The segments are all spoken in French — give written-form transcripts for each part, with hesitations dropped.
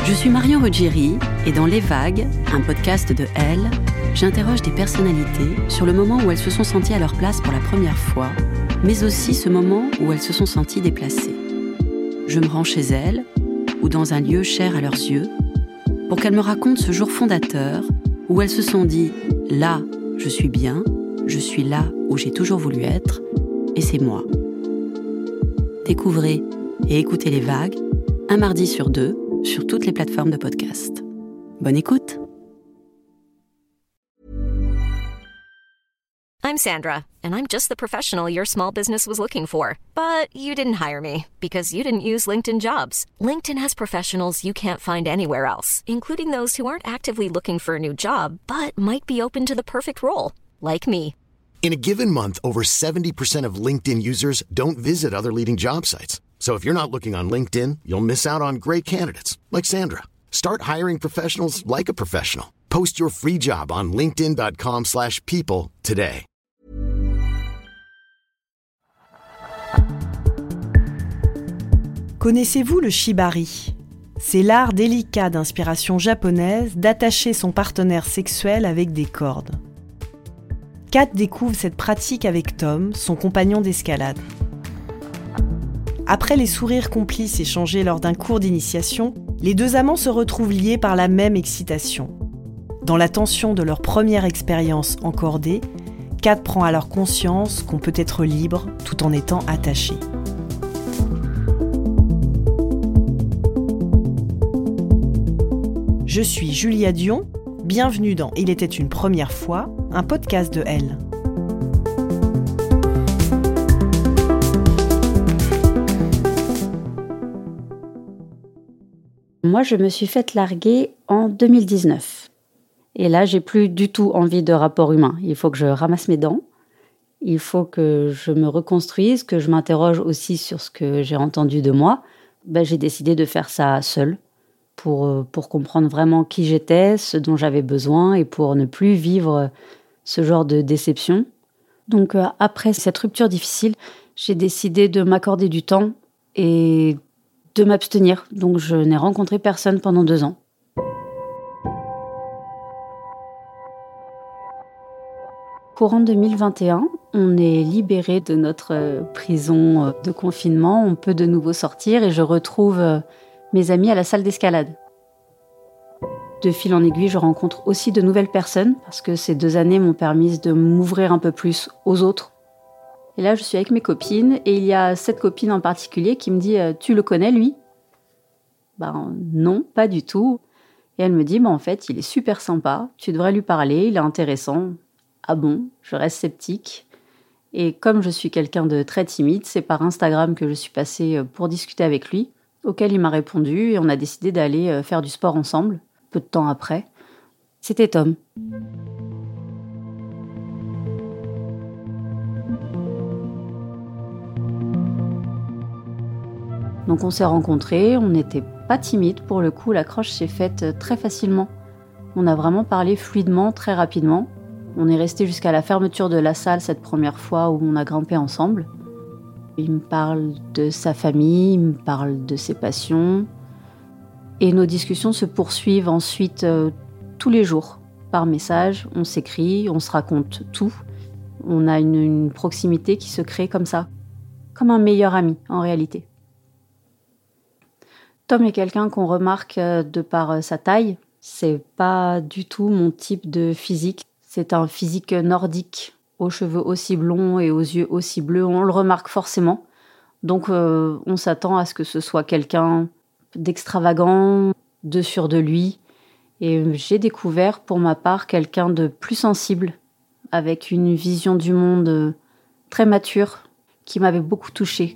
Je suis Marion Ruggieri et dans Les Vagues, un podcast de Elle, j'interroge des personnalités sur le moment où elles se sont senties à leur place pour la première fois, mais aussi ce moment où elles se sont senties déplacées. Je me rends chez elles, ou dans un lieu cher à leurs yeux, pour qu'elles me racontent ce jour fondateur où elles se sont dit « Là, je suis bien, je suis là où j'ai toujours voulu être, et c'est moi ». Découvrez et écoutez Les Vagues, un mardi sur 2, sur toutes les plateformes de podcast. Bonne écoute! I'm Sandra, and I'm just the professional your small business was looking for. But you didn't hire me, because you didn't use LinkedIn Jobs. LinkedIn has professionals you can't find anywhere else, including those who aren't actively looking for a new job, but might be open to the perfect role, like me. In a given month, over 70% of LinkedIn users don't visit other leading job sites. So if you're not looking on LinkedIn, you'll miss out on great candidates like Sandra. Start hiring professionals like a professional. Post your free job on linkedin.com/people today. Connaissez-vous le shibari ? C'est l'art délicat d'inspiration japonaise d'attacher son partenaire sexuel avec des cordes. Kat découvre cette pratique avec Tom, son compagnon d'escalade. Après les sourires complices échangés lors d'un cours d'initiation, les deux amants se retrouvent liés par la même excitation. Dans la tension de leur première expérience encordée, Kat prend alors conscience qu'on peut être libre tout en étant attaché. Je suis Julia Dion, bienvenue dans Il était une première fois, un podcast de Elle. Moi, je me suis faite larguer en 2019. Et là, j'ai plus du tout envie de rapport humain. Il faut que je ramasse mes dents. Il faut que je me reconstruise, que je m'interroge aussi sur ce que j'ai entendu de moi. J'ai décidé de faire ça seule pour comprendre vraiment qui j'étais, ce dont j'avais besoin et pour ne plus vivre ce genre de déception. Donc, après cette rupture difficile, j'ai décidé de m'accorder du temps et de m'abstenir. Donc, je n'ai rencontré personne pendant 2 ans. Courant 2021, on est libéré de notre prison de confinement. On peut de nouveau sortir et je retrouve mes amis à la salle d'escalade. De fil en aiguille, je rencontre aussi de nouvelles personnes parce que ces 2 années m'ont permis de m'ouvrir un peu plus aux autres. Et là, je suis avec mes copines et il y a cette copine en particulier qui me dit « Tu le connais, lui ?» Non, pas du tout. Et elle me dit « En fait, il est super sympa, tu devrais lui parler, il est intéressant. » Ah bon, je reste sceptique. Et comme je suis quelqu'un de très timide, c'est par Instagram que je suis passée pour discuter avec lui, auquel il m'a répondu et on a décidé d'aller faire du sport ensemble, peu de temps après. C'était Tom. Donc on s'est rencontrés, on n'était pas timides pour le coup, l'accroche s'est faite très facilement. On a vraiment parlé fluidement, très rapidement. On est resté jusqu'à la fermeture de la salle cette première fois où on a grimpé ensemble. Il me parle de sa famille, il me parle de ses passions. Et nos discussions se poursuivent ensuite tous les jours. Par message, on s'écrit, on se raconte tout. On a une proximité qui se crée comme ça. Comme un meilleur ami, en réalité. Tom est quelqu'un qu'on remarque de par sa taille. C'est pas du tout mon type de physique. C'est un physique nordique, aux cheveux aussi blonds et aux yeux aussi bleus. On le remarque forcément. Donc on s'attend à ce que ce soit quelqu'un d'extravagant, de sûr de lui. Et j'ai découvert pour ma part quelqu'un de plus sensible, avec une vision du monde très mature, qui m'avait beaucoup touchée.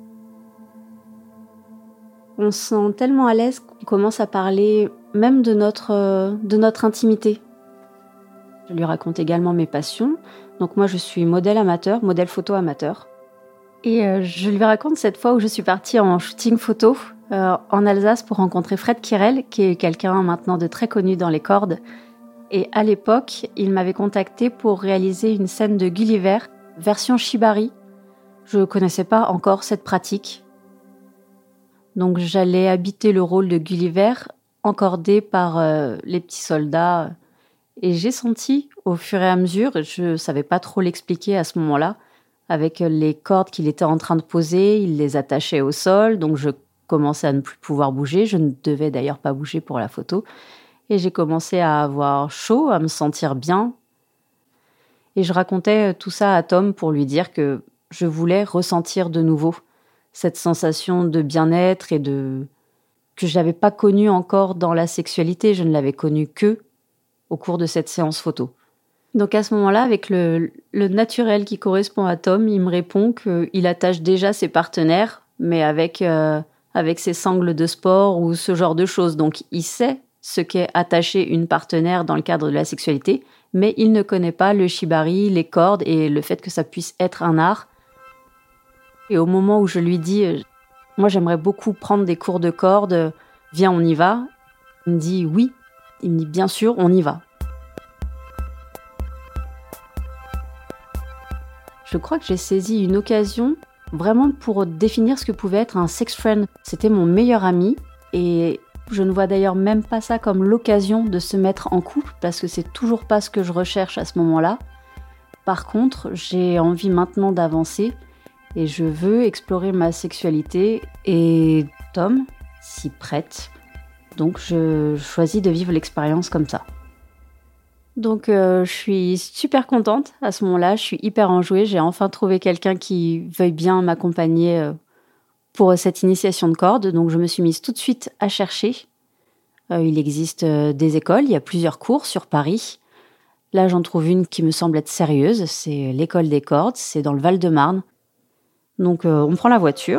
On se sent tellement à l'aise qu'on commence à parler même de notre intimité. Je lui raconte également mes passions. Donc moi, je suis modèle amateur, modèle photo amateur. Et je lui raconte cette fois où je suis partie en shooting photo en Alsace pour rencontrer Fred Kirel, qui est quelqu'un maintenant de très connu dans les cordes. Et à l'époque, il m'avait contacté pour réaliser une scène de Gulliver, version shibari. Je ne connaissais pas encore cette pratique. Donc j'allais habiter le rôle de Gulliver encordée par les petits soldats. Et j'ai senti au fur et à mesure, je ne savais pas trop l'expliquer à ce moment-là, avec les cordes qu'il était en train de poser, il les attachait au sol, donc je commençais à ne plus pouvoir bouger. Je ne devais d'ailleurs pas bouger pour la photo. Et j'ai commencé à avoir chaud, à me sentir bien. Et je racontais tout ça à Tom pour lui dire que je voulais ressentir de nouveau cette sensation de bien-être et que je n'avais pas connue encore dans la sexualité. Je ne l'avais connue que au cours de cette séance photo. Donc à ce moment-là, avec le naturel qui correspond à Tom, il me répond qu'il attache déjà ses partenaires, mais avec ses sangles de sport ou ce genre de choses. Donc il sait ce qu'est attacher une partenaire dans le cadre de la sexualité, mais il ne connaît pas le shibari, les cordes et le fait que ça puisse être un art. Et au moment où je lui dis « Moi, j'aimerais beaucoup prendre des cours de cordes, viens, on y va », il me dit « Oui ». Il me dit « Bien sûr, on y va ». Je crois que j'ai saisi une occasion vraiment pour définir ce que pouvait être un sex friend. C'était mon meilleur ami et je ne vois d'ailleurs même pas ça comme l'occasion de se mettre en couple parce que c'est toujours pas ce que je recherche à ce moment-là. Par contre, j'ai envie maintenant d'avancer et je veux explorer ma sexualité et Tom s'y prête. Donc je choisis de vivre l'expérience comme ça. Donc je suis super contente à ce moment-là, je suis hyper enjouée, j'ai enfin trouvé quelqu'un qui veuille bien m'accompagner pour cette initiation de cordes, donc je me suis mise tout de suite à chercher. Il existe des écoles, il y a plusieurs cours sur Paris. Là j'en trouve une qui me semble être sérieuse, c'est l'école des cordes, c'est dans le Val-de-Marne. Donc on prend la voiture,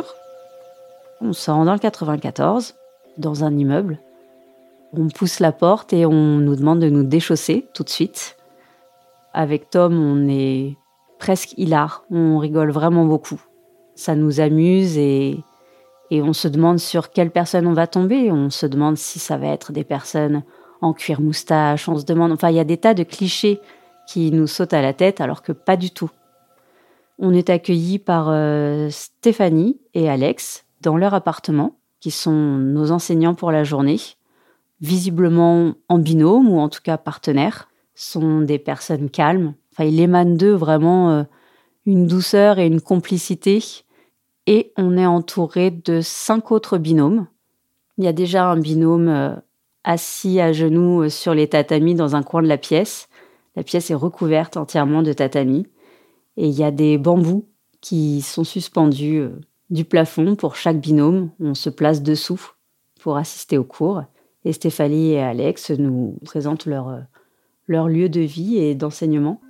on se rend dans le 94, dans un immeuble. On pousse la porte et on nous demande de nous déchausser tout de suite. Avec Tom, on est presque hilar, on rigole vraiment beaucoup. Ça nous amuse et on se demande sur quelle personne on va tomber. On se demande si ça va être des personnes en cuir moustache. On se demande, enfin, il y a des tas de clichés qui nous sautent à la tête alors que pas du tout. On est accueillis par Stéphanie et Alex dans leur appartement, qui sont nos enseignants pour la journée. Visiblement en binôme ou en tout cas partenaires, sont des personnes calmes. Enfin, il émane d'eux vraiment une douceur et une complicité. Et on est entouré de 5 autres binômes. Il y a déjà un binôme assis à genoux sur les tatamis dans un coin de la pièce. La pièce est recouverte entièrement de tatamis. Et il y a des bambous qui sont suspendus du plafond pour chaque binôme. On se place dessous pour assister au cours. Et Stéphanie et Alex nous présentent leur lieu de vie et d'enseignement.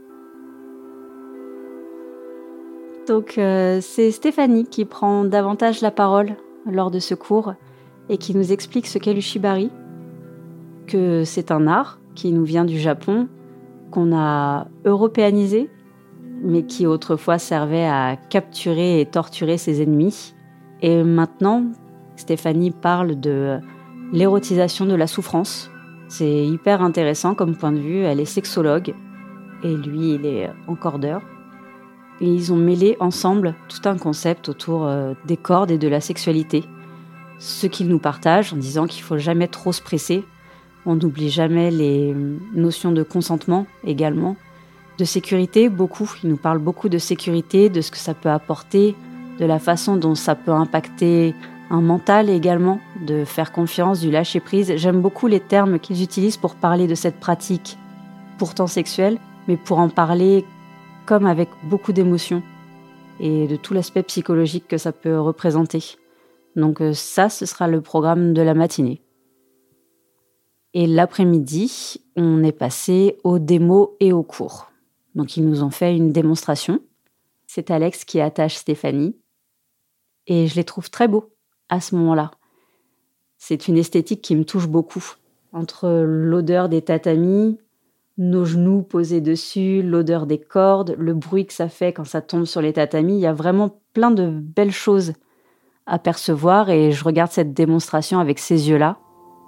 Donc c'est Stéphanie qui prend davantage la parole lors de ce cours et qui nous explique ce qu'est le shibari, que c'est un art qui nous vient du Japon, qu'on a européanisé, mais qui autrefois servait à capturer et torturer ses ennemis. Et maintenant, Stéphanie parle de l'érotisation de la souffrance. C'est hyper intéressant comme point de vue. Elle est sexologue et lui, il est encordeur. Et ils ont mêlé ensemble tout un concept autour des cordes et de la sexualité. Ce qu'ils nous partagent en disant qu'il ne faut jamais trop se presser. On n'oublie jamais les notions de consentement également. De sécurité, beaucoup. Ils nous parlent beaucoup de sécurité, de ce que ça peut apporter, de la façon dont ça peut impacter un mental également, de faire confiance, du lâcher-prise. J'aime beaucoup les termes qu'ils utilisent pour parler de cette pratique, pourtant sexuelle, mais pour en parler comme avec beaucoup d'émotion et de tout l'aspect psychologique que ça peut représenter. Donc ça, ce sera le programme de la matinée. Et l'après-midi, on est passé aux démos et aux cours. Donc ils nous ont fait une démonstration. C'est Alex qui attache Stéphanie. Et je les trouve très beaux à ce moment-là. C'est une esthétique qui me touche beaucoup. Entre l'odeur des tatamis, nos genoux posés dessus, l'odeur des cordes, le bruit que ça fait quand ça tombe sur les tatamis, il y a vraiment plein de belles choses à percevoir et je regarde cette démonstration avec ces yeux-là.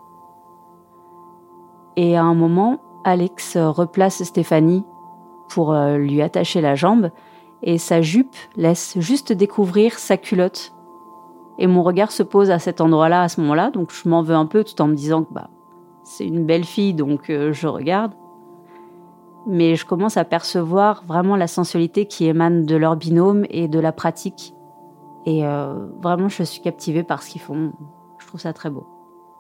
Et à un moment, Alex replace Stéphanie pour lui attacher la jambe et sa jupe laisse juste découvrir sa culotte. Et mon regard se pose à cet endroit-là, à ce moment-là, donc je m'en veux un peu tout en me disant que c'est une belle fille, donc je regarde. Mais je commence à percevoir vraiment la sensualité qui émane de leur binôme et de la pratique. Et vraiment, je suis captivée par ce qu'ils font. Je trouve ça très beau.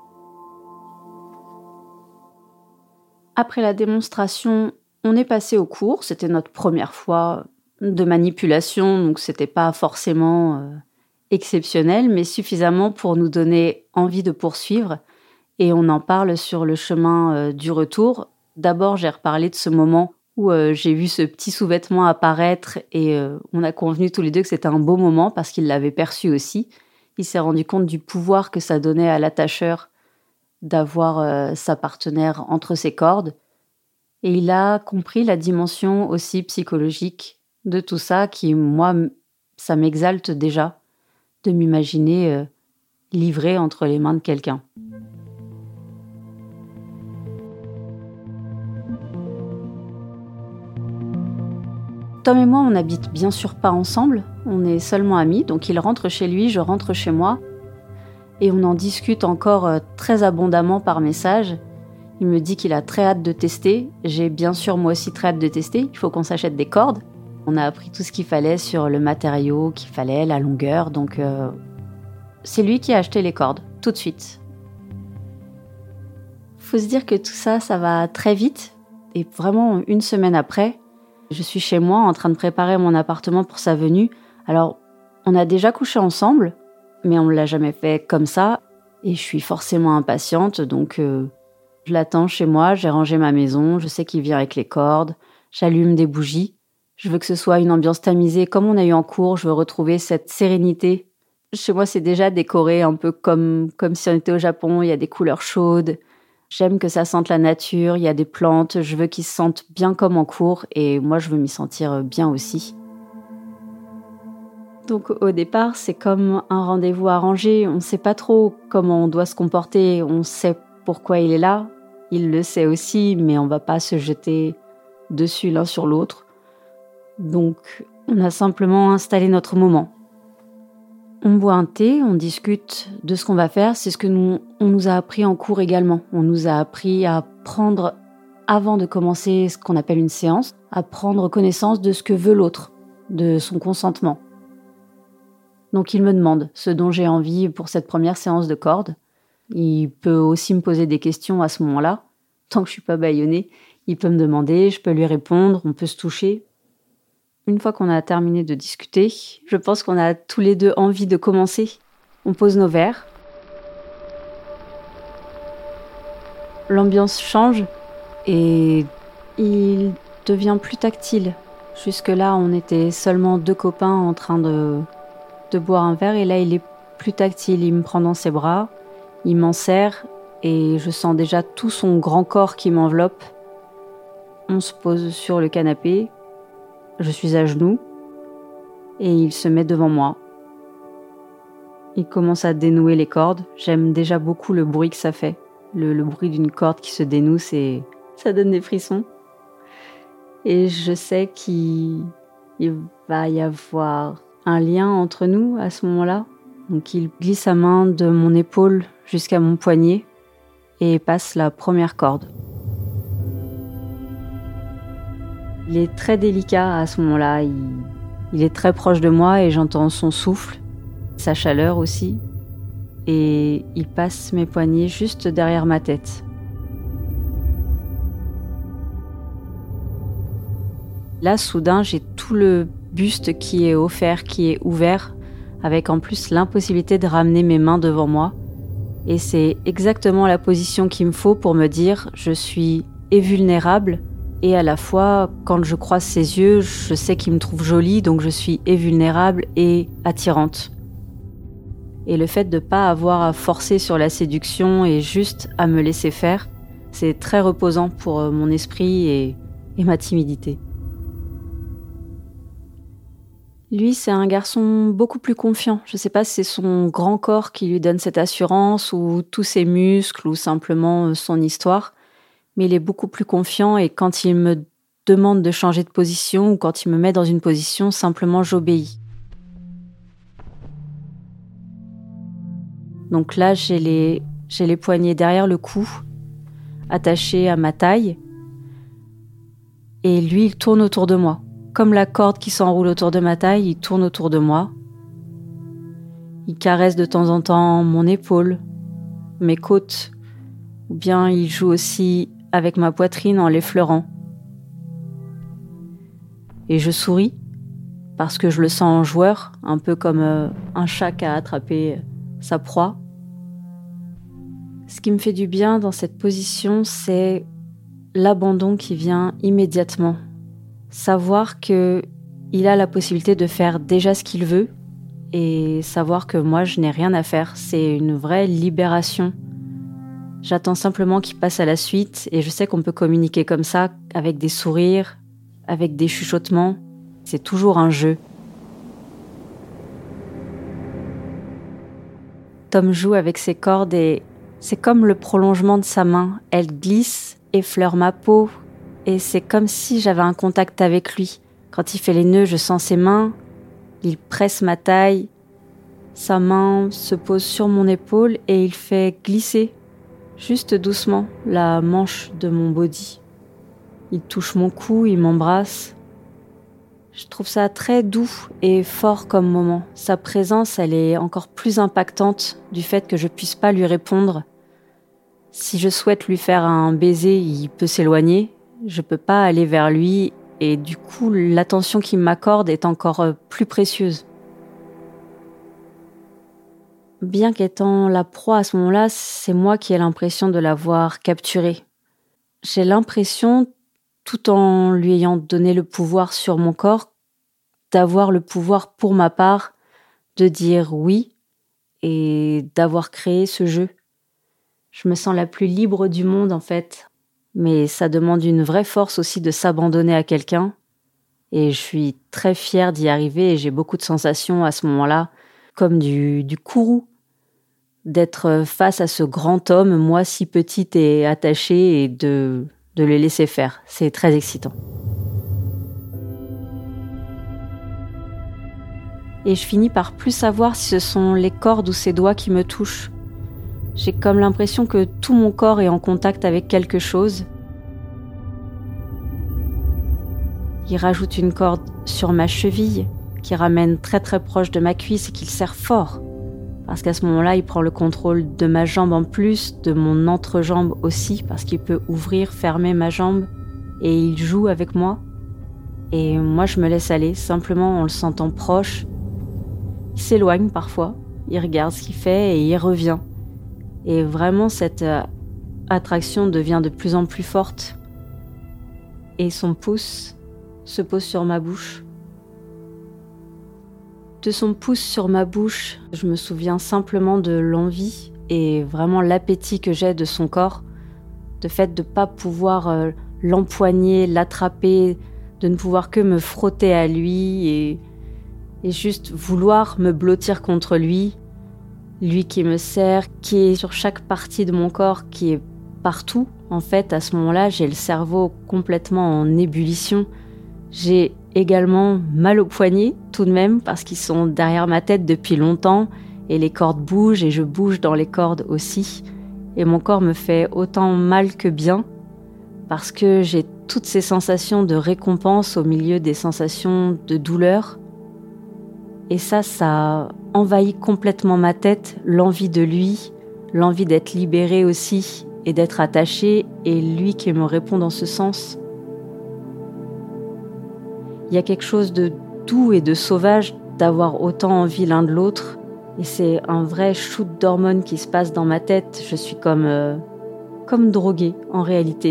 Après la démonstration, on est passé au cours. C'était notre première fois de manipulation, donc c'était pas forcément exceptionnel, mais suffisamment pour nous donner envie de poursuivre. Et on en parle sur le chemin du retour. D'abord, j'ai reparlé de ce moment où j'ai vu ce petit sous-vêtement apparaître et on a convenu tous les deux que c'était un beau moment parce qu'il l'avait perçu aussi. Il s'est rendu compte du pouvoir que ça donnait à l'attacheur d'avoir sa partenaire entre ses cordes. Et il a compris la dimension aussi psychologique de tout ça qui, moi, ça m'exalte déjà de m'imaginer livrée entre les mains de quelqu'un. Tom et moi, on n'habite bien sûr pas ensemble, on est seulement amis, donc il rentre chez lui, je rentre chez moi, et on en discute encore très abondamment par message. Il me dit qu'il a très hâte de tester, j'ai bien sûr moi aussi très hâte de tester, il faut qu'on s'achète des cordes. On a appris tout ce qu'il fallait sur le matériau qu'il fallait, la longueur, donc c'est lui qui a acheté les cordes, tout de suite. Faut se dire que tout ça, ça va très vite, et vraiment une semaine après, je suis chez moi en train de préparer mon appartement pour sa venue. Alors, on a déjà couché ensemble, mais on ne l'a jamais fait comme ça. Et je suis forcément impatiente, donc je l'attends chez moi, j'ai rangé ma maison, je sais qu'il vient avec les cordes, j'allume des bougies. Je veux que ce soit une ambiance tamisée comme on a eu en cours, je veux retrouver cette sérénité. Chez moi, c'est déjà décoré un peu comme si on était au Japon, il y a des couleurs chaudes. J'aime que ça sente la nature, il y a des plantes, je veux qu'ils se sentent bien comme en cours et moi je veux m'y sentir bien aussi. Donc au départ, c'est comme un rendez-vous arrangé, on ne sait pas trop comment on doit se comporter, on sait pourquoi il est là, il le sait aussi, mais on ne va pas se jeter dessus l'un sur l'autre. Donc on a simplement installé notre moment. On boit un thé, on discute de ce qu'on va faire. C'est ce que on nous a appris en cours également. On nous a appris à prendre, avant de commencer ce qu'on appelle une séance, à prendre connaissance de ce que veut l'autre, de son consentement. Donc il me demande ce dont j'ai envie pour cette première séance de cordes. Il peut aussi me poser des questions à ce moment-là. Tant que je suis pas bâillonnée, il peut me demander, je peux lui répondre, on peut se toucher. Une fois qu'on a terminé de discuter, je pense qu'on a tous les deux envie de commencer. On pose nos verres. L'ambiance change et il devient plus tactile. Jusque-là, on était seulement deux copains en train de boire un verre et là, il est plus tactile. Il me prend dans ses bras, il m'en serre et je sens déjà tout son grand corps qui m'enveloppe. On se pose sur le canapé. Je suis à genoux et il se met devant moi. Il commence à dénouer les cordes. J'aime déjà beaucoup le bruit que ça fait. Le bruit d'une corde qui se dénoue, ça donne des frissons. Et je sais qu'il va y avoir un lien entre nous à ce moment-là. Donc il glisse sa main de mon épaule jusqu'à mon poignet et passe la première corde. Il est très délicat à ce moment-là, il est très proche de moi et j'entends son souffle, sa chaleur aussi. Et il passe mes poignets juste derrière ma tête. Là, soudain, j'ai tout le buste qui est offert, qui est ouvert, avec en plus l'impossibilité de ramener mes mains devant moi. Et c'est exactement la position qu'il me faut pour me dire je suis vulnérable. Et à la fois, quand je croise ses yeux, je sais qu'il me trouve jolie, donc je suis vulnérable et attirante. Et le fait de ne pas avoir à forcer sur la séduction et juste à me laisser faire, c'est très reposant pour mon esprit et ma timidité. Lui, c'est un garçon beaucoup plus confiant. Je ne sais pas si c'est son grand corps qui lui donne cette assurance ou tous ses muscles ou simplement son histoire. Mais il est beaucoup plus confiant et quand il me demande de changer de position ou quand il me met dans une position, simplement j'obéis. Donc là, j'ai les poignets derrière le cou, attachés à ma taille. Et lui, il tourne autour de moi. Comme la corde qui s'enroule autour de ma taille, il tourne autour de moi. Il caresse de temps en temps mon épaule, mes côtes, ou bien il joue aussi avec ma poitrine en l'effleurant. Et je souris, parce que je le sens joueur, un peu comme un chat qui a attrapé sa proie. Ce qui me fait du bien dans cette position, c'est l'abandon qui vient immédiatement. Savoir qu'il a la possibilité de faire déjà ce qu'il veut et savoir que moi, je n'ai rien à faire. C'est une vraie libération. J'attends simplement qu'il passe à la suite et je sais qu'on peut communiquer comme ça, avec des sourires, avec des chuchotements. C'est toujours un jeu. Tom joue avec ses cordes et c'est comme le prolongement de sa main. Elle glisse, effleure ma peau et c'est comme si j'avais un contact avec lui. Quand il fait les nœuds, je sens ses mains, il presse ma taille, sa main se pose sur mon épaule et il fait glisser, juste doucement, la manche de mon body. Il touche mon cou, il m'embrasse. Je trouve ça très doux et fort comme moment. Sa présence, elle est encore plus impactante du fait que je puisse pas lui répondre. Si je souhaite lui faire un baiser, il peut s'éloigner. Je peux pas aller vers lui et du coup, l'attention qu'il m'accorde est encore plus précieuse. Bien qu'étant la proie à ce moment-là, c'est moi qui ai l'impression de l'avoir capturé. J'ai l'impression, tout en lui ayant donné le pouvoir sur mon corps, d'avoir le pouvoir pour ma part, de dire oui et d'avoir créé ce jeu. Je me sens la plus libre du monde en fait, mais ça demande une vraie force aussi de s'abandonner à quelqu'un et je suis très fière d'y arriver et j'ai beaucoup de sensations à ce moment-là, comme du courroux, d'être face à ce grand homme, moi si petite et attachée, et de le laisser faire. C'est très excitant. Et je finis par plus savoir si ce sont les cordes ou ses doigts qui me touchent. J'ai comme l'impression que tout mon corps est en contact avec quelque chose. Il rajoute une corde sur ma cheville, qui ramène très très proche de ma cuisse et qu'il serre fort. Parce qu'à ce moment-là, il prend le contrôle de ma jambe en plus, de mon entrejambe aussi, parce qu'il peut ouvrir, fermer ma jambe, et il joue avec moi. Et moi, je me laisse aller, simplement en le sentant proche. Il s'éloigne parfois, il regarde ce qu'il fait et il revient. Et vraiment, cette attraction devient de plus en plus forte. Et son pouce se pose sur ma bouche. De son pouce sur ma bouche, je me souviens simplement de l'envie et vraiment l'appétit que j'ai de son corps, de fait de ne pas pouvoir l'empoigner, l'attraper, de ne pouvoir que me frotter à lui et juste vouloir me blottir contre lui, lui qui me serre, qui est sur chaque partie de mon corps, qui est partout. En fait, à ce moment-là, j'ai le cerveau complètement en ébullition. J'ai également mal aux poignets, tout de même, parce qu'ils sont derrière ma tête depuis longtemps, et les cordes bougent, et je bouge dans les cordes aussi. Et mon corps me fait autant mal que bien, parce que j'ai toutes ces sensations de récompense au milieu des sensations de douleur. Et ça envahit complètement ma tête, l'envie de lui, l'envie d'être libérée aussi, et d'être attachée, et lui qui me répond dans ce sens. Il y a quelque chose de doux et de sauvage d'avoir autant envie l'un de l'autre. Et c'est un vrai shoot d'hormones qui se passe dans ma tête. Je suis comme droguée en réalité.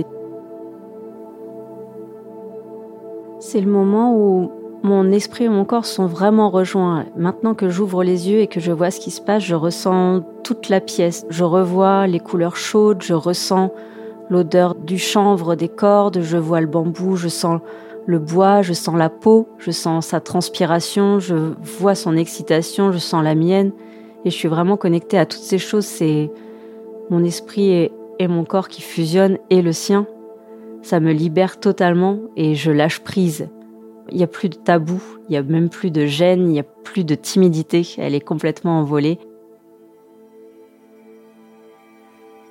C'est le moment où mon esprit et mon corps sont vraiment rejoints. Maintenant que j'ouvre les yeux et que je vois ce qui se passe, je ressens toute la pièce. Je revois les couleurs chaudes, je ressens l'odeur du chanvre des cordes, je vois le bambou, je sens le bois, je sens la peau, je sens sa transpiration, je vois son excitation, je sens la mienne. Et je suis vraiment connectée à toutes ces choses. C'est mon esprit et mon corps qui fusionnent et le sien. Ça me libère totalement et je lâche prise. Il n'y a plus de tabou, il n'y a même plus de gêne, il n'y a plus de timidité. Elle est complètement envolée.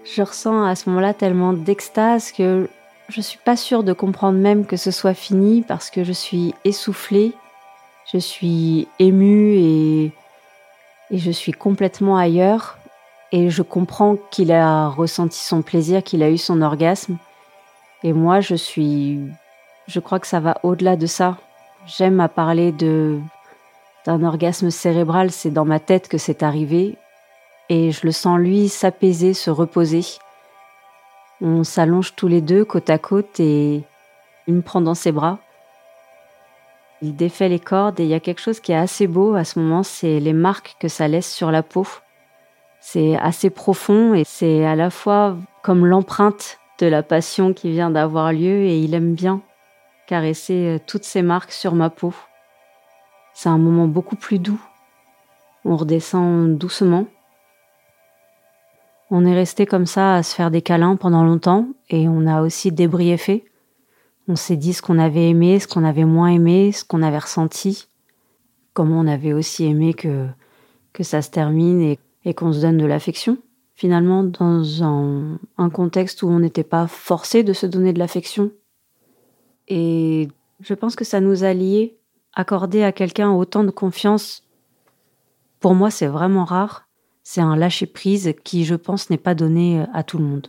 Je ressens à ce moment-là tellement d'extase que je suis pas sûre de comprendre même que ce soit fini parce que je suis essoufflée, je suis émue et je suis complètement ailleurs. Et je comprends qu'il a ressenti son plaisir, qu'il a eu son orgasme. Et moi, je crois que ça va au-delà de ça. J'aime à parler d'un orgasme cérébral, c'est dans ma tête que c'est arrivé. Et je le sens, lui, s'apaiser, se reposer. On s'allonge tous les deux, côte à côte, et il me prend dans ses bras. Il défait les cordes, et il y a quelque chose qui est assez beau à ce moment, c'est les marques que ça laisse sur la peau. C'est assez profond, et c'est à la fois comme l'empreinte de la passion qui vient d'avoir lieu, et il aime bien caresser toutes ces marques sur ma peau. C'est un moment beaucoup plus doux. On redescend doucement. On est resté comme ça à se faire des câlins pendant longtemps et on a aussi débriefé. On s'est dit ce qu'on avait aimé, ce qu'on avait moins aimé, ce qu'on avait ressenti. Comment on avait aussi aimé que ça se termine et qu'on se donne de l'affection. Finalement, dans un contexte où on n'était pas forcé de se donner de l'affection. Et je pense que ça nous a liés. Accorder à quelqu'un autant de confiance, pour moi, c'est vraiment rare. C'est un lâcher-prise qui, je pense, n'est pas donné à tout le monde.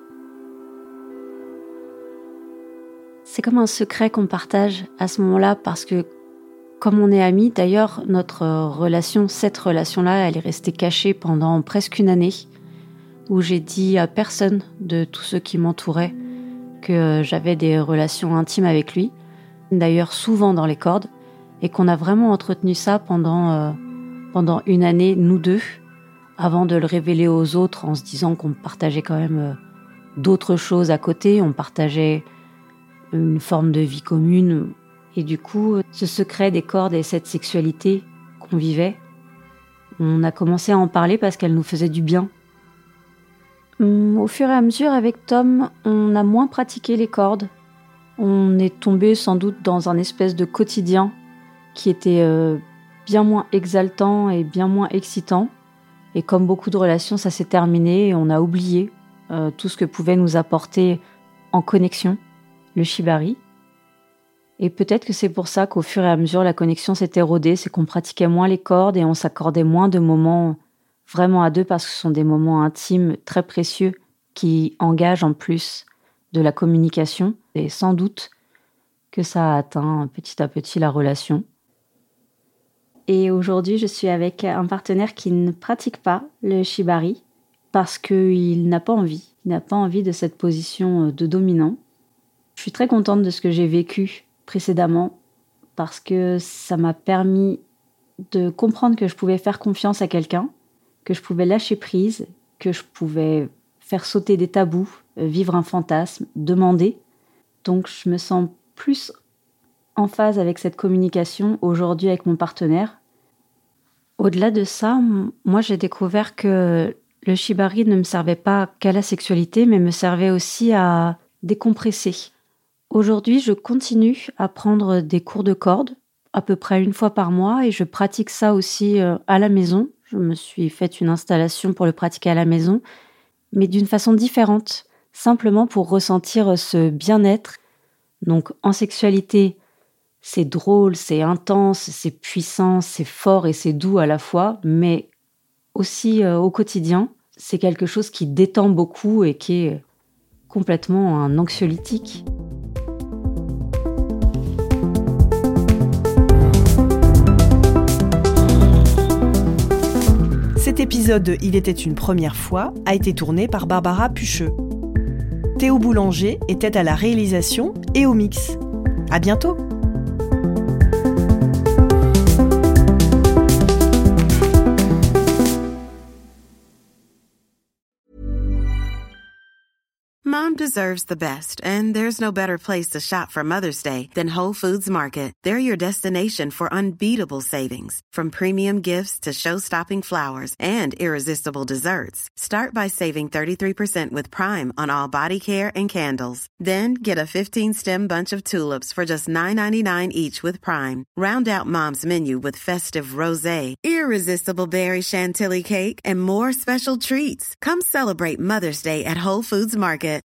C'est comme un secret qu'on partage à ce moment-là parce que, comme on est amis, d'ailleurs, cette relation-là, elle est restée cachée pendant presque une année où j'ai dit à personne de tous ceux qui m'entouraient que j'avais des relations intimes avec lui, d'ailleurs souvent dans les cordes, et qu'on a vraiment entretenu ça pendant une année, nous deux, avant de le révéler aux autres en se disant qu'on partageait quand même d'autres choses à côté, on partageait une forme de vie commune. Et du coup, ce secret des cordes et cette sexualité qu'on vivait, on a commencé à en parler parce qu'elle nous faisait du bien. Au fur et à mesure, avec Tom, on a moins pratiqué les cordes. On est tombé sans doute dans un espèce de quotidien qui était bien moins exaltant et bien moins excitant. Et comme beaucoup de relations, ça s'est terminé et on a oublié tout ce que pouvait nous apporter en connexion le shibari. Et peut-être que c'est pour ça qu'au fur et à mesure, la connexion s'est érodée, c'est qu'on pratiquait moins les cordes et on s'accordait moins de moments vraiment à deux parce que ce sont des moments intimes très précieux qui engagent en plus de la communication. Et sans doute que ça a atteint petit à petit la relation. Et aujourd'hui, je suis avec un partenaire qui ne pratique pas le shibari parce qu'il n'a pas envie. Il n'a pas envie de cette position de dominant. Je suis très contente de ce que j'ai vécu précédemment parce que ça m'a permis de comprendre que je pouvais faire confiance à quelqu'un, que je pouvais lâcher prise, que je pouvais faire sauter des tabous, vivre un fantasme, demander. Donc je me sens plus en phase avec cette communication aujourd'hui avec mon partenaire. Au-delà de ça, moi j'ai découvert que le shibari ne me servait pas qu'à la sexualité, mais me servait aussi à décompresser. Aujourd'hui, je continue à prendre des cours de cordes, à peu près une fois par mois, et je pratique ça aussi à la maison. Je me suis fait une installation pour le pratiquer à la maison, mais d'une façon différente, simplement pour ressentir ce bien-être. Donc en sexualité, c'est drôle, c'est intense, c'est puissant, c'est fort et c'est doux à la fois, mais aussi au quotidien, c'est quelque chose qui détend beaucoup et qui est complètement un anxiolytique. Cet épisode de Il était une première fois a été tourné par Barbara Pucheux. Théo Boulanger était à la réalisation et au mix. À bientôt! Mom deserves the best, and there's no better place to shop for Mother's Day than Whole Foods Market. They're your destination for unbeatable savings, from premium gifts to show-stopping flowers and irresistible desserts. Start by saving 33% with Prime on all body care and candles. Then get a 15-stem bunch of tulips for just $9.99 each with Prime. Round out Mom's menu with festive rosé, irresistible berry chantilly cake, and more special treats. Come celebrate Mother's Day at Whole Foods Market.